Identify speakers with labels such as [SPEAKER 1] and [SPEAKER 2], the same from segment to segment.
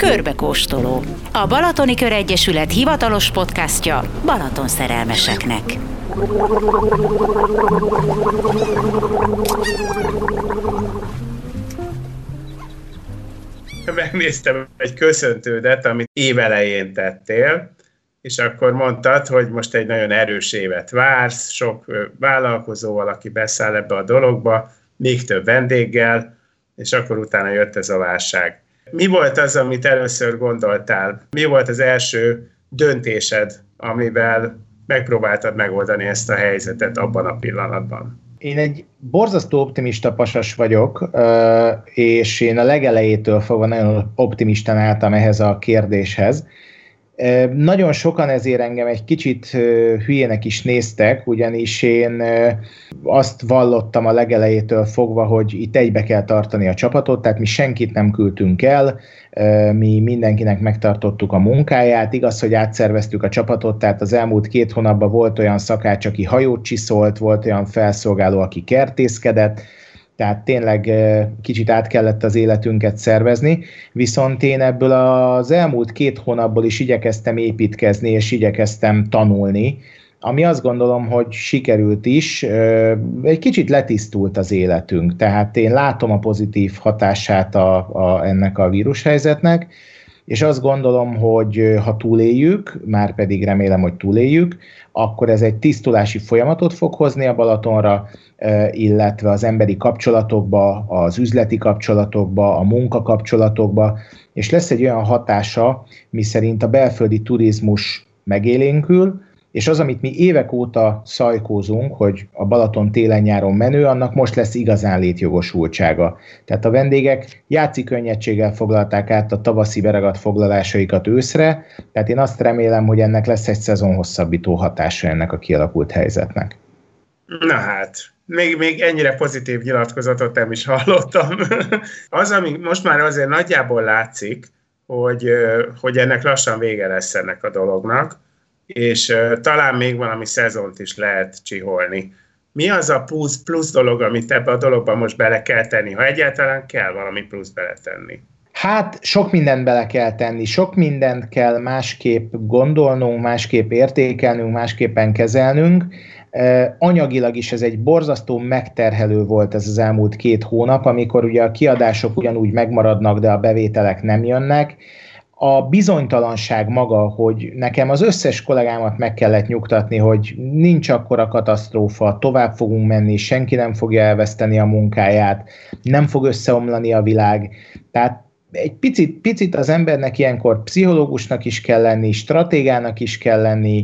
[SPEAKER 1] Körbekóstoló. A Balatoni Köregyesület hivatalos podcastja Balaton szerelmeseknek.
[SPEAKER 2] Megnéztem egy köszöntődet, amit évelején tettél, és akkor mondtad, hogy most egy nagyon erős évet vársz, sok vállalkozóval, aki beszáll ebbe a dologba, még több vendéggel, és akkor utána jött ez a válság. Mi volt az, amit először gondoltál? Mi volt az első döntésed, amivel megpróbáltad megoldani ezt a helyzetet abban a pillanatban?
[SPEAKER 3] Én egy borzasztó optimista pasas vagyok, és én a legelejétől fogva nagyon optimistán álltam ehhez a kérdéshez. Nagyon sokan ezért engem egy kicsit hülyének is néztek, ugyanis én azt vallottam a legelejétől fogva, hogy itt egybe kell tartani a csapatot, tehát mi senkit nem küldtünk el, mi mindenkinek megtartottuk a munkáját. Igaz, hogy átszerveztük a csapatot, tehát az elmúlt 2 hónapban volt olyan szakács, aki hajót csiszolt, volt olyan felszolgáló, aki kertészkedett, tehát tényleg kicsit át kellett az életünket szervezni, viszont én ebből az elmúlt 2 hónapból is igyekeztem építkezni, és igyekeztem tanulni, ami azt gondolom, hogy sikerült is, egy kicsit letisztult az életünk, tehát én látom a pozitív hatását ennek a vírushelyzetnek, és azt gondolom, hogy ha túléljük, már pedig remélem, hogy túléljük, akkor ez egy tisztulási folyamatot fog hozni a Balatonra, illetve az emberi kapcsolatokba, az üzleti kapcsolatokba, a munkakapcsolatokba, és lesz egy olyan hatása, miszerint a belföldi turizmus megélénkül, és az, amit mi évek óta szajkózunk, hogy a Balaton télen-nyáron menő, annak most lesz igazán létjogosultsága. Tehát a vendégek játszikönnyedséggel foglalták át a tavaszi beragadt foglalásaikat őszre, tehát én azt remélem, hogy ennek lesz egy szezonhosszabbító hatása ennek a kialakult helyzetnek.
[SPEAKER 2] Na hát, még ennyire pozitív nyilatkozatot nem is hallottam. Az, ami most már azért nagyjából látszik, hogy ennek lassan vége lesz ennek a dolognak, és talán még valami szezont is lehet csiholni. Mi az a plusz dolog, amit ebbe a dologba most bele kell tenni, ha egyáltalán kell valami plusz beletenni?
[SPEAKER 3] Hát sok mindent bele kell tenni, sok mindent kell másképp gondolnunk, másképp értékelnünk, másképpen kezelnünk. Anyagilag is ez egy borzasztó megterhelő volt ez az elmúlt 2 hónap, amikor ugye a kiadások ugyanúgy megmaradnak, de a bevételek nem jönnek. A bizonytalanság maga, hogy nekem az összes kollégámat meg kellett nyugtatni, hogy nincs akkora katasztrófa, tovább fogunk menni, senki nem fogja elveszteni a munkáját, nem fog összeomlani a világ. Tehát egy picit az embernek ilyenkor pszichológusnak is kell lenni, stratégának is kell lenni,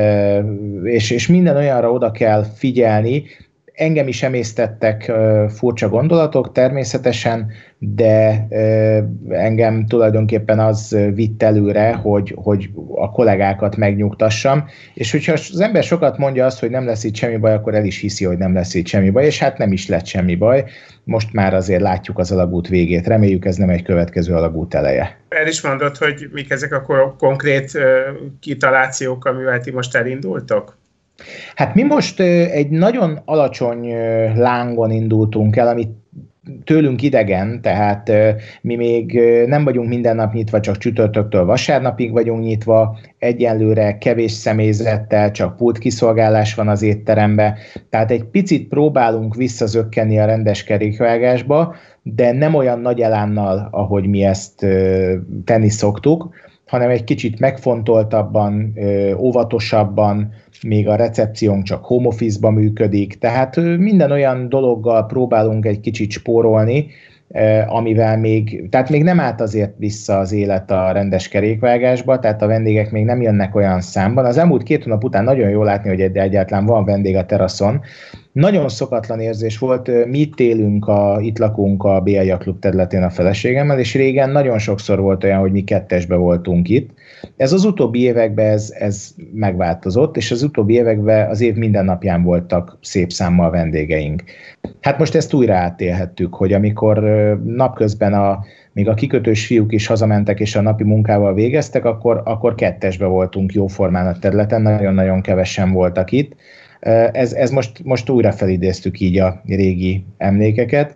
[SPEAKER 3] és minden olyanra oda kell figyelni. Engem is emésztettek furcsa gondolatok természetesen, de engem tulajdonképpen az vitt előre, hogy a kollégákat megnyugtassam, és hogyha az ember sokat mondja azt, hogy nem lesz itt semmi baj, akkor el is hiszi, hogy nem lesz itt semmi baj, és hát nem is lett semmi baj. Most már azért látjuk az alagút végét, reméljük ez nem egy következő alagút eleje.
[SPEAKER 2] El is mondod, hogy mik ezek a konkrét kitalációk, amivel ti most elindultok?
[SPEAKER 3] Hát mi most egy nagyon alacsony lángon indultunk el, amit tőlünk idegen, tehát mi még nem vagyunk minden nap nyitva, csak csütörtöktől vasárnapig vagyunk nyitva, egyenlőre kevés személyzettel, csak pultkiszolgálás van az étteremben, tehát egy picit próbálunk visszazökkenni a rendes kerékvágásba, de nem olyan nagy elánnal, ahogy mi ezt tenni szoktuk, hanem egy kicsit megfontoltabban, óvatosabban, még a recepciónk csak home office-ba működik, tehát minden olyan dologgal próbálunk egy kicsit spórolni, amivel még nem állt azért vissza az élet a rendes kerékvágásba, tehát a vendégek még nem jönnek olyan számban. Az elmúlt 2 hónap után nagyon jól látni, hogy egyáltalán van vendég a teraszon. Nagyon szokatlan érzés volt, mi itt lakunk a BLJ Klub területén a feleségemmel, és régen nagyon sokszor volt olyan, hogy mi 2-esbe voltunk itt. Ez az utóbbi években ez megváltozott, és az utóbbi években az év minden napján voltak szép számmal vendégeink. Hát most ezt újra átélhettük, hogy amikor napközben még a kikötős fiúk is hazamentek és a napi munkával végeztek, akkor 2-esbe voltunk jóformán a területen, nagyon-nagyon kevesen voltak itt. Ez most újra felidéztük így a régi emlékeket,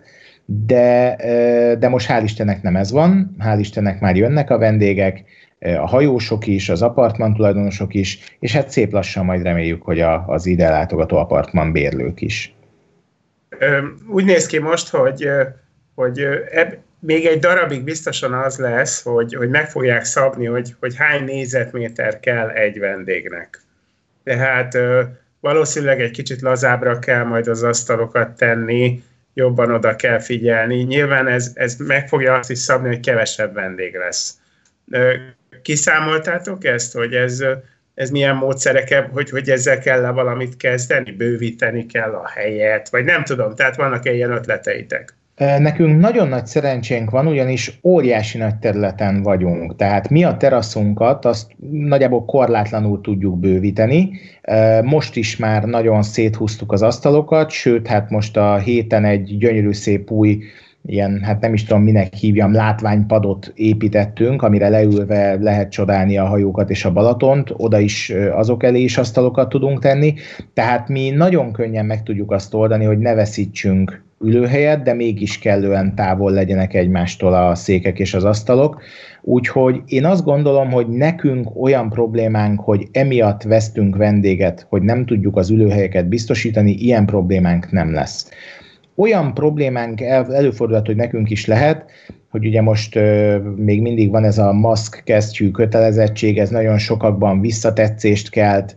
[SPEAKER 3] de most hál' Istennek nem ez van, hál' Istennek már jönnek a vendégek, a hajósok is, az apartman tulajdonosok is, és hát szép lassan majd reméljük, hogy az ide látogató apartman bérlők is.
[SPEAKER 2] Úgy néz ki most, hogy még egy darabig biztosan az lesz, hogy meg fogják szabni, hogy hány négyzetméter kell egy vendégnek. Tehát valószínűleg egy kicsit lazábbra kell majd az asztalokat tenni, jobban oda kell figyelni. Nyilván ez meg fogja azt is szabni, hogy kevesebb vendég lesz. Kiszámoltátok ezt, hogy ez milyen módszerek, hogy ezzel kell valamit kezdeni, bővíteni kell a helyet, vagy nem tudom, tehát vannak-e ilyen ötleteitek?
[SPEAKER 3] Nekünk nagyon nagy szerencsénk van, ugyanis óriási nagy területen vagyunk, tehát mi a teraszunkat azt nagyjából korlátlanul tudjuk bővíteni. Most is már nagyon széthúztuk az asztalokat, sőt, hát most a héten egy gyönyörű szép új, ilyen, hát nem is tudom minek hívjam, látványpadot építettünk, amire leülve lehet csodálni a hajókat és a Balatont, oda is azok elé is asztalokat tudunk tenni, tehát mi nagyon könnyen meg tudjuk azt oldani, hogy ne veszítsünk ülőhelyet, de mégis kellően távol legyenek egymástól a székek és az asztalok. Úgyhogy én azt gondolom, hogy nekünk olyan problémánk, hogy emiatt vesztünk vendéget, hogy nem tudjuk az ülőhelyeket biztosítani, ilyen problémánk nem lesz. Olyan problémánk előfordulhat, hogy nekünk is lehet, hogy ugye most még mindig van ez a maszk-kesztyű kötelezettség, ez nagyon sokakban visszatetszést kelt,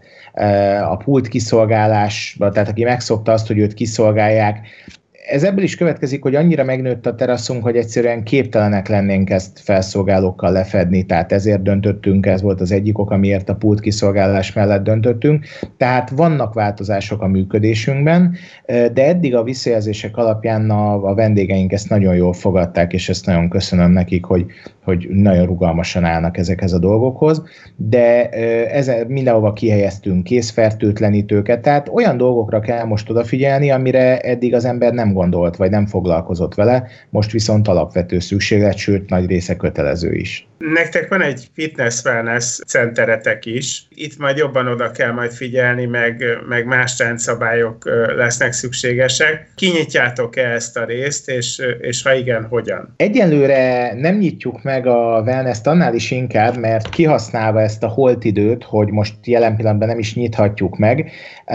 [SPEAKER 3] a pult kiszolgálásba, tehát aki megszokta azt, hogy őt kiszolgálják. Ez ebből is következik, hogy annyira megnőtt a teraszunk, hogy egyszerűen képtelenek lennénk ezt felszolgálókkal lefedni, tehát ezért döntöttünk, ez volt az egyik ok, amiért a pult kiszolgálás mellett döntöttünk. Tehát vannak változások a működésünkben, de eddig a visszajelzések alapján a vendégeink ezt nagyon jól fogadták, és ezt nagyon köszönöm nekik, hogy nagyon rugalmasan állnak ezekhez a dolgokhoz, de mindenhova kihelyeztünk kézfertőtlenítőket, tehát olyan dolgokra kell most odafigyelni, amire eddig az ember nem gondolt, vagy nem foglalkozott vele, most viszont alapvető szükséglet, sőt, nagy része kötelező is.
[SPEAKER 2] Nektek van egy fitness-wellness centeretek is. Itt majd jobban oda kell majd figyelni, meg más rendszabályok lesznek szükségesek. Kinyitjátok-e ezt a részt, és ha igen, hogyan?
[SPEAKER 3] Egyelőre nem nyitjuk meg a wellness-t annál is inkább, mert kihasználva ezt a holt időt, hogy most jelen pillanatban nem is nyithatjuk meg,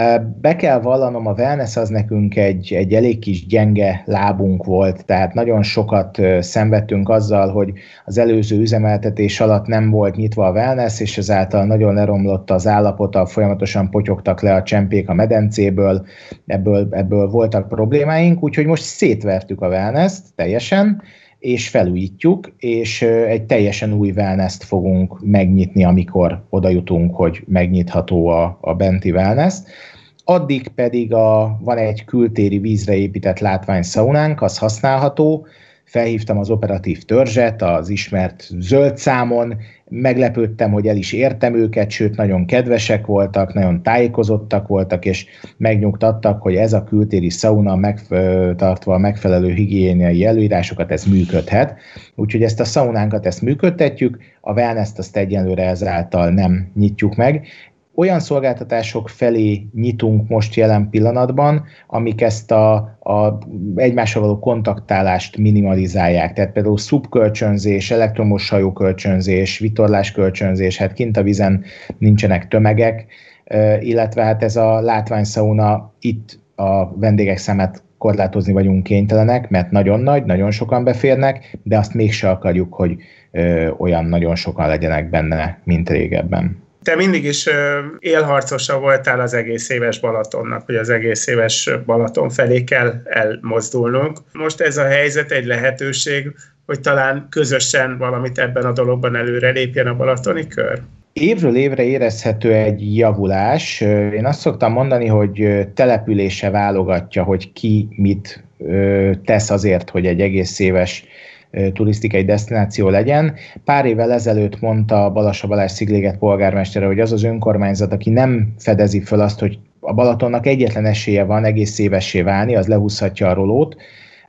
[SPEAKER 3] be kell vallanom, a wellness az nekünk egy elég kis gyenge lábunk volt, tehát nagyon sokat szenvedtünk azzal, hogy az előző üzemeltetés alatt nem volt nyitva a wellness, és ezáltal nagyon leromlott az állapota, folyamatosan potyogtak le a csempék a medencéből, ebből voltak problémáink, úgyhogy most szétvertük a wellness-t teljesen, és felújítjuk, és egy teljesen új wellness-t fogunk megnyitni, amikor oda jutunk, hogy megnyitható a benti wellness. Addig pedig van egy kültéri vízre épített látványszaunánk, az használható. Felhívtam az operatív törzset az ismert zöld számon, meglepődtem, hogy el is értem őket, sőt nagyon kedvesek voltak, nagyon tájékozottak voltak, és megnyugtattak, hogy ez a kültéri szauna megtartva a megfelelő higiéniai előírásokat, ez működhet. Úgyhogy ezt a szaunánkat ezt működtetjük, a wellness-t azt egyenlőre ezáltal nem nyitjuk meg. Olyan szolgáltatások felé nyitunk most jelen pillanatban, amik ezt a egymással való kontaktálást minimalizálják. Tehát például szubkölcsönzés, elektromos hajókölcsönzés, vitorláskölcsönzés, hát kint a vízen nincsenek tömegek, illetve hát ez a látványszauna, itt a vendégek számát korlátozni vagyunk kénytelenek, mert nagyon nagy, nagyon sokan beférnek, de azt mégse akarjuk, hogy olyan nagyon sokan legyenek benne, mint régebben.
[SPEAKER 2] Te mindig is élharcosa voltál az egész éves Balatonnak, hogy az egész éves Balaton felé kell elmozdulnunk. Most ez a helyzet egy lehetőség, hogy talán közösen valamit ebben a dologban előrelépjen a balatoni kör?
[SPEAKER 3] Évről évre érezhető egy javulás. Én azt szoktam mondani, hogy települése válogatja, hogy ki mit tesz azért, hogy egy egész éves turisztikai desztináció legyen. Pár évvel ezelőtt mondta Balassa Balázs Szigléget polgármestere, hogy az az önkormányzat, aki nem fedezi föl azt, hogy a Balatonnak egyetlen esélye van egész évessé válni, az lehúzhatja a rolót.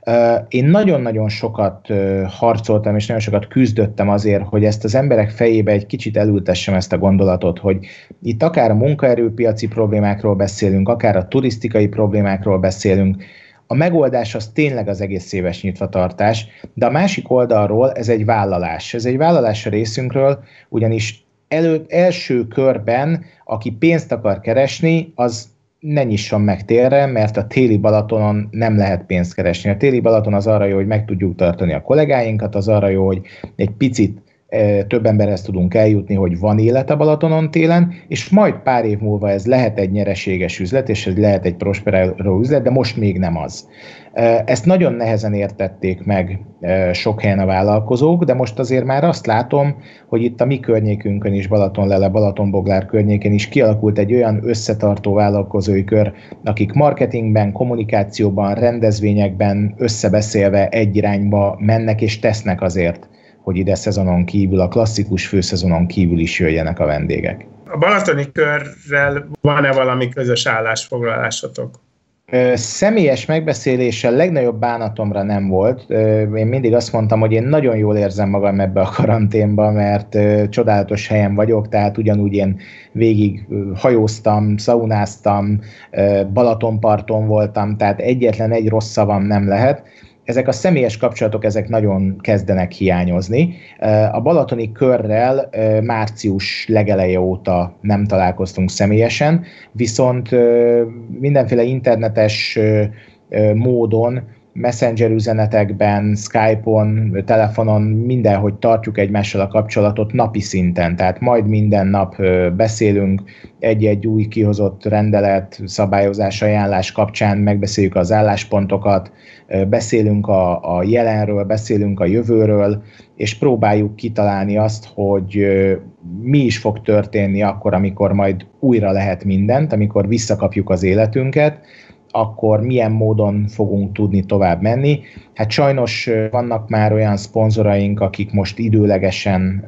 [SPEAKER 3] Én nagyon-nagyon sokat harcoltam, és nagyon sokat küzdöttem azért, hogy ezt az emberek fejébe egy kicsit elültessem ezt a gondolatot, hogy itt akár a munkaerőpiaci problémákról beszélünk, akár a turisztikai problémákról beszélünk, A megoldás az tényleg az egész éves nyitvatartás, de a másik oldalról ez egy vállalás. Ez egy vállalás a részünkről, ugyanis első körben, aki pénzt akar keresni, az ne nyisson meg télre, mert a téli Balatonon nem lehet pénzt keresni. A téli Balaton az arra jó, hogy meg tudjuk tartani a kollégáinkat, az arra jó, hogy egy picit több emberhez tudunk eljutni, hogy van élet a Balatonon télen, és majd pár év múlva ez lehet egy nyereséges üzlet, és ez lehet egy prosperáló üzlet, de most még nem az. Ezt nagyon nehezen értették meg sok helyen a vállalkozók, de most azért már azt látom, hogy itt a mi környékünkön is, Balatonlele, Balatonboglár környékén is kialakult egy olyan összetartó vállalkozói kör, akik marketingben, kommunikációban, rendezvényekben összebeszélve egy irányba mennek és tesznek azért, hogy ide szezonon kívül, a klasszikus főszezonon kívül is jöjjenek a vendégek.
[SPEAKER 2] A balatoni körrel van-e valami közös állásfoglalásotok?
[SPEAKER 3] Személyes megbeszéléssel legnagyobb bánatomra nem volt. Én mindig azt mondtam, hogy én nagyon jól érzem magam ebbe a karanténba, mert csodálatos helyen vagyok, tehát ugyanúgy én végig hajóztam, szaunáztam, Balatonparton voltam, tehát egyetlen egy rossz szavam nem lehet. Ezek a személyes kapcsolatok, ezek nagyon kezdenek hiányozni. A balatoni körrel március legeleje óta nem találkoztunk személyesen, viszont mindenféle internetes módon, messenger üzenetekben, Skype-on, telefonon, mindenhogy tartjuk egymással a kapcsolatot napi szinten. Tehát majd minden nap beszélünk, egy-egy új kihozott rendelet, szabályozás, ajánlás kapcsán megbeszéljük az álláspontokat, beszélünk a jelenről, beszélünk a jövőről, és próbáljuk kitalálni azt, hogy mi is fog történni akkor, amikor majd újra lehet mindent, amikor visszakapjuk az életünket, akkor milyen módon fogunk tudni tovább menni. Hát sajnos vannak már olyan szponzoraink, akik most időlegesen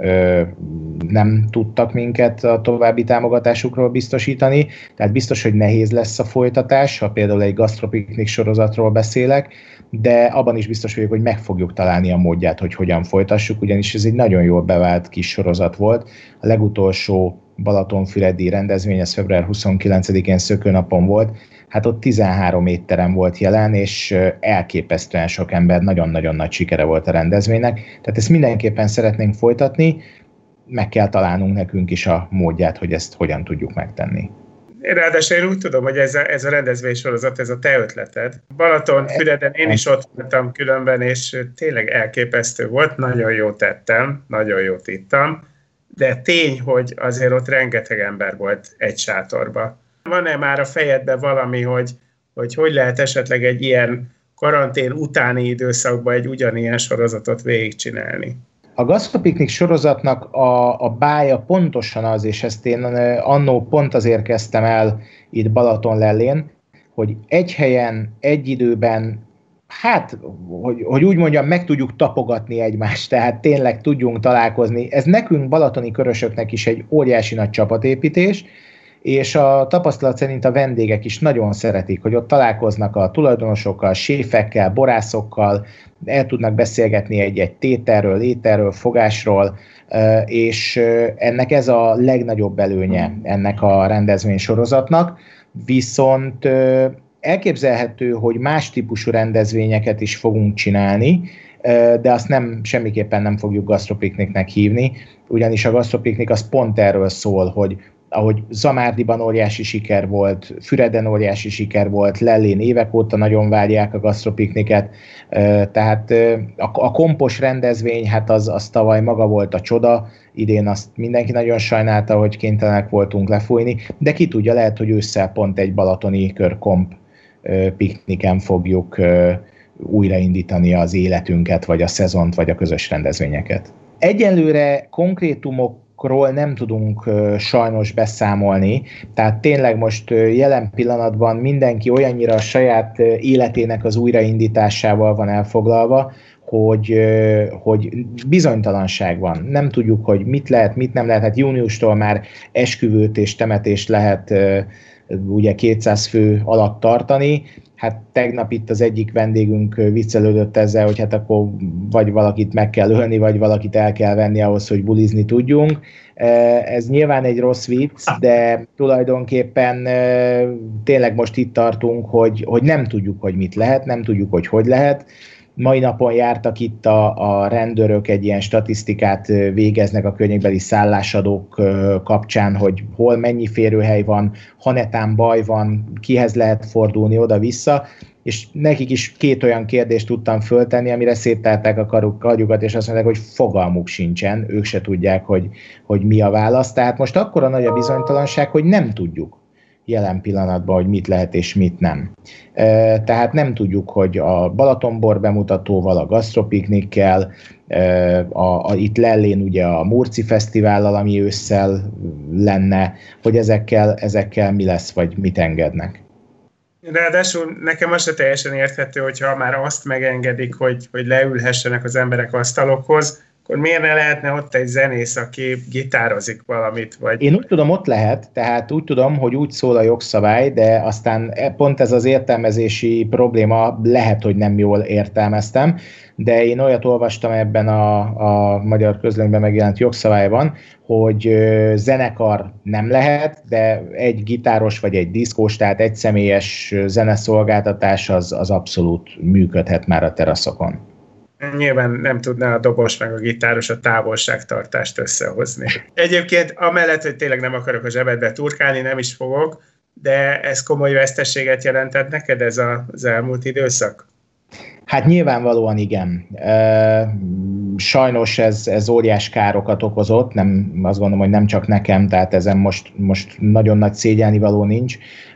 [SPEAKER 3] nem tudtak minket a további támogatásukról biztosítani, tehát biztos, hogy nehéz lesz a folytatás, ha például egy gasztropiknik sorozatról beszélek, de abban is biztos vagyok, hogy meg fogjuk találni a módját, hogy hogyan folytassuk, ugyanis ez egy nagyon jól bevált kis sorozat volt. A legutolsó Balatonfüredi rendezvény, ez február 29-én szökőnapon volt, hát ott 13 étterem volt jelen, és elképesztően sok ember, nagyon-nagyon nagy sikere volt a rendezvénynek. Tehát ezt mindenképpen szeretnénk folytatni, meg kell találnunk nekünk is a módját, hogy ezt hogyan tudjuk megtenni.
[SPEAKER 2] Ráadásul én úgy tudom, hogy ez a rendezvénysorozat, ez a te ötleted. Balatonfüreden én is ott voltam különben, és tényleg elképesztő volt, nagyon jót tettem, nagyon jót ittam, de tény, hogy azért ott rengeteg ember volt egy sátorba. Van-e már a fejedben valami, hogy lehet esetleg egy ilyen karantén utáni időszakban egy ugyanilyen sorozatot végigcsinálni?
[SPEAKER 3] A gasztropiknik sorozatnak a bája pontosan az, és ezt én annó pont azért kezdtem el itt Balatonlellén, hogy egy helyen, egy időben, hát, hogy úgy mondjam, meg tudjuk tapogatni egymást, tehát tényleg tudjunk találkozni. Ez nekünk, balatoni körösöknek is egy óriási nagy csapatépítés, és a tapasztalat szerint a vendégek is nagyon szeretik, hogy ott találkoznak a tulajdonosokkal, séfekkel, borászokkal, el tudnak beszélgetni egy tételről, ételről, fogásról, és ennek ez a legnagyobb előnye ennek a rendezvénysorozatnak, viszont elképzelhető, hogy más típusú rendezvényeket is fogunk csinálni, de azt semmiképpen nem fogjuk gasztropikniknek hívni, ugyanis a gasztropiknik az pont erről szól, hogy ahogy Zamárdiban óriási siker volt, Füreden óriási siker volt, Lellén évek óta nagyon várják a gasztropikniket, tehát a kompos rendezvény, hát az tavaly maga volt a csoda, idén azt mindenki nagyon sajnálta, hogy kénytelenek voltunk lefújni, de ki tudja, lehet, hogy ősszel pont egy balatoni körkomp pikniken fogjuk újraindítani az életünket, vagy a szezont, vagy a közös rendezvényeket. Egyelőre konkrétumokról nem tudunk sajnos beszámolni, tehát tényleg most jelen pillanatban mindenki olyannyira a saját életének az újraindításával van elfoglalva, hogy bizonytalanság van. Nem tudjuk, hogy mit lehet, mit nem lehet. Hát júniustól már esküvőt és temetést lehet ugye 200 fő alatt tartani. Hát tegnap itt az egyik vendégünk viccelődött ezzel, hogy hát akkor vagy valakit meg kell ölni, vagy valakit el kell venni ahhoz, hogy bulizni tudjunk. Ez nyilván egy rossz vicc, de tulajdonképpen tényleg most itt tartunk, hogy nem tudjuk, hogy mit lehet, nem tudjuk, hogy lehet. Mai napon jártak itt a rendőrök, egy ilyen statisztikát végeznek a környékbeli szállásadók kapcsán, hogy hol mennyi férőhely van, ha netán baj van, kihez lehet fordulni oda-vissza, és nekik is 2 olyan kérdést tudtam föltenni, amire széttárták a karjukat, és azt mondták, hogy fogalmuk sincsen, ők se tudják, hogy mi a válasz. Tehát most akkora nagy a bizonytalanság, hogy nem tudjuk jelen pillanatban, hogy mit lehet és mit nem. Tehát nem tudjuk, hogy a Balatonbor bemutatóval, a gasztropiknikkel, itt Lellén ugye a Murci Fesztivállal, ami ősszel lenne, hogy ezekkel mi lesz, vagy mit engednek.
[SPEAKER 2] Ráadásul nekem az se teljesen érthető, hogyha már azt megengedik, hogy leülhessenek az emberek asztalokhoz, akkor miért ne lehetne ott egy zenész, aki gitározik valamit? Vagy...
[SPEAKER 3] Én úgy tudom, ott lehet, tehát úgy tudom, hogy úgy szól a jogszabály, de aztán pont ez az értelmezési probléma, lehet, hogy nem jól értelmeztem, de én olyat olvastam ebben a Magyar Közlönyben megjelent jogszabályban, hogy zenekar nem lehet, de egy gitáros vagy egy diszkós, tehát egy személyes zeneszolgáltatás az abszolút működhet már a teraszokon.
[SPEAKER 2] Nyilván nem tudná a dobos meg a gitáros a távolságtartást összehozni. Egyébként amellett, hogy tényleg nem akarok a zsebedbe turkálni, nem is fogok, de ez komoly veszteséget jelentett neked ez az elmúlt időszak?
[SPEAKER 3] Hát nyilvánvalóan igen. Sajnos ez óriás károkat okozott, azt gondolom, hogy nem csak nekem, tehát ezen most nagyon nagy szégyelnivaló nincs.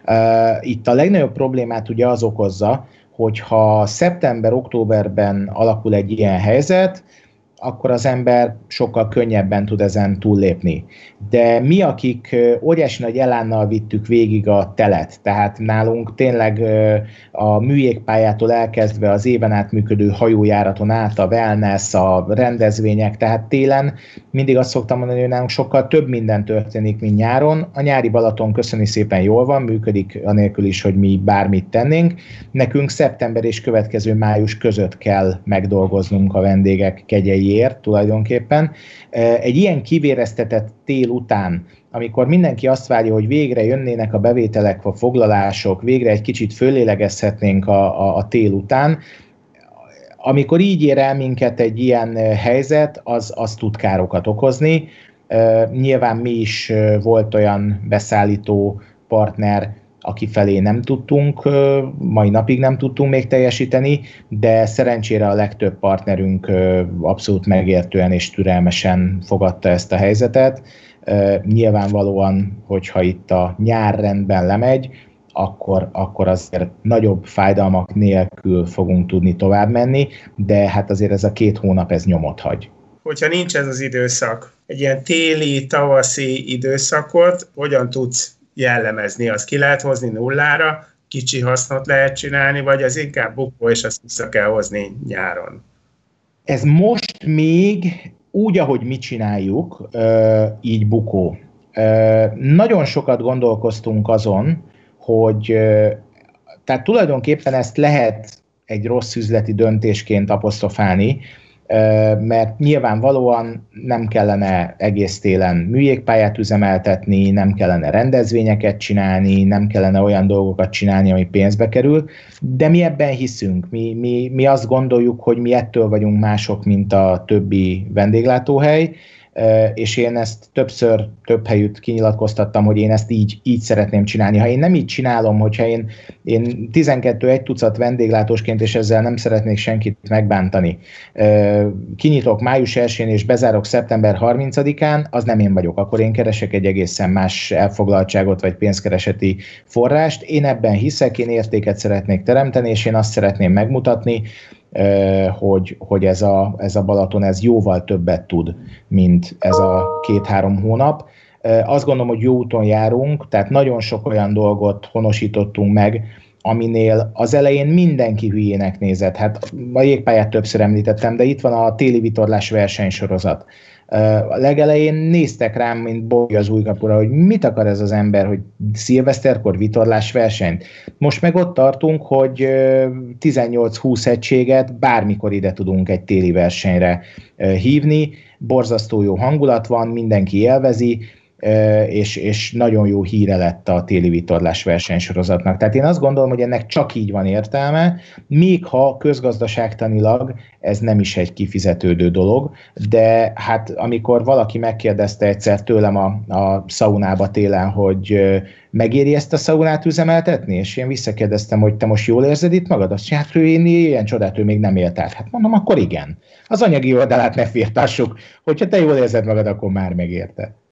[SPEAKER 3] Itt a legnagyobb problémát ugye az okozza, hogyha szeptember-októberben alakul egy ilyen helyzet, akkor az ember sokkal könnyebben tud ezen túllépni. De mi, akik óriási nagy elánnal vittük végig a telet, tehát nálunk tényleg a műjégpályától elkezdve az éven át működő hajójáraton át, a wellness, a rendezvények, tehát télen mindig azt szoktam mondani, hogy nálunk sokkal több minden történik, mint nyáron. A nyári Balaton köszöni szépen jól van, működik anélkül is, hogy mi bármit tennénk. Nekünk szeptember és következő május között kell megdolgoznunk a vendégek kegyeiért tulajdonképpen. Egy ilyen kivéreztetett tél után, amikor mindenki azt várja, hogy végre jönnének a bevételek, a foglalások, végre egy kicsit föllélegezhetnénk a tél után, amikor így ér el minket egy ilyen helyzet, az tud károkat okozni. Nyilván mi is volt olyan beszállító partner, aki felé nem tudtunk, mai napig nem tudtunk még teljesíteni, de szerencsére a legtöbb partnerünk abszolút megértően és türelmesen fogadta ezt a helyzetet. Nyilvánvalóan, hogyha itt a nyár rendben lemegy, akkor azért nagyobb fájdalmak nélkül fogunk tudni tovább menni, de hát azért ez a 2 hónap ez nyomot hagy.
[SPEAKER 2] Hogyha nincs ez az időszak, egy ilyen téli, tavaszi időszakot, hogyan tudsz jellemezni? Azt ki lehet hozni nullára, kicsi hasznot lehet csinálni, vagy az inkább bukó, és azt vissza kell hozni nyáron?
[SPEAKER 3] Ez most még úgy, ahogy mi csináljuk, így bukó. Nagyon sokat gondolkoztunk azon, hogy tehát tulajdonképpen ezt lehet egy rossz üzleti döntésként apostrofálni, mert nyilvánvalóan nem kellene egész télen műjégpályát üzemeltetni, nem kellene rendezvényeket csinálni, nem kellene olyan dolgokat csinálni, ami pénzbe kerül, de mi ebben hiszünk. Mi azt gondoljuk, hogy mi ettől vagyunk mások, mint a többi vendéglátóhely, és én ezt több helyütt kinyilatkoztattam, hogy én ezt így szeretném csinálni. Ha én nem így csinálom, hogyha én 12 egy tucat vendéglátósként, és ezzel nem szeretnék senkit megbántani, kinyitok május 1-én és bezárok szeptember 30-án, az nem én vagyok. Akkor én keresek egy egészen más elfoglaltságot vagy pénzkereseti forrást. Én ebben hiszek, én értéket szeretnék teremteni, és én azt szeretném megmutatni, hogy ez a Balaton ez jóval többet tud, mint ez a 2-3 hónap. Azt gondolom, hogy jó úton járunk, tehát nagyon sok olyan dolgot honosítottunk meg, aminél az elején mindenki hülyének nézett. Hát a jégpályát többször említettem, de itt van a téli vitorlás versenysorozat. A legelején néztek rám, mint bolya az újkapura, hogy mit akar ez az ember, hogy szilveszterkor vitorlás versenyt. Most meg ott tartunk, hogy 18-20 egységet bármikor ide tudunk egy téli versenyre hívni. Borzasztó jó hangulat van, mindenki élvezi, és nagyon jó híre lett a téli vitorlás versenysorozatnak. Tehát én azt gondolom, hogy ennek csak így van értelme, még ha közgazdaságtanilag ez nem is egy kifizetődő dolog, de hát amikor valaki megkérdezte egyszer tőlem a szaunába télen, hogy megéri ezt a szaunát üzemeltetni, és én visszakérdeztem, hogy te most jól érzed itt magad? Azt mondja, hát ő ilyen csodát, ő még nem élt át. Hát mondom, akkor igen. Az anyagi oldalát ne firtassuk, hogyha te jól érzed magad, akkor már megérte.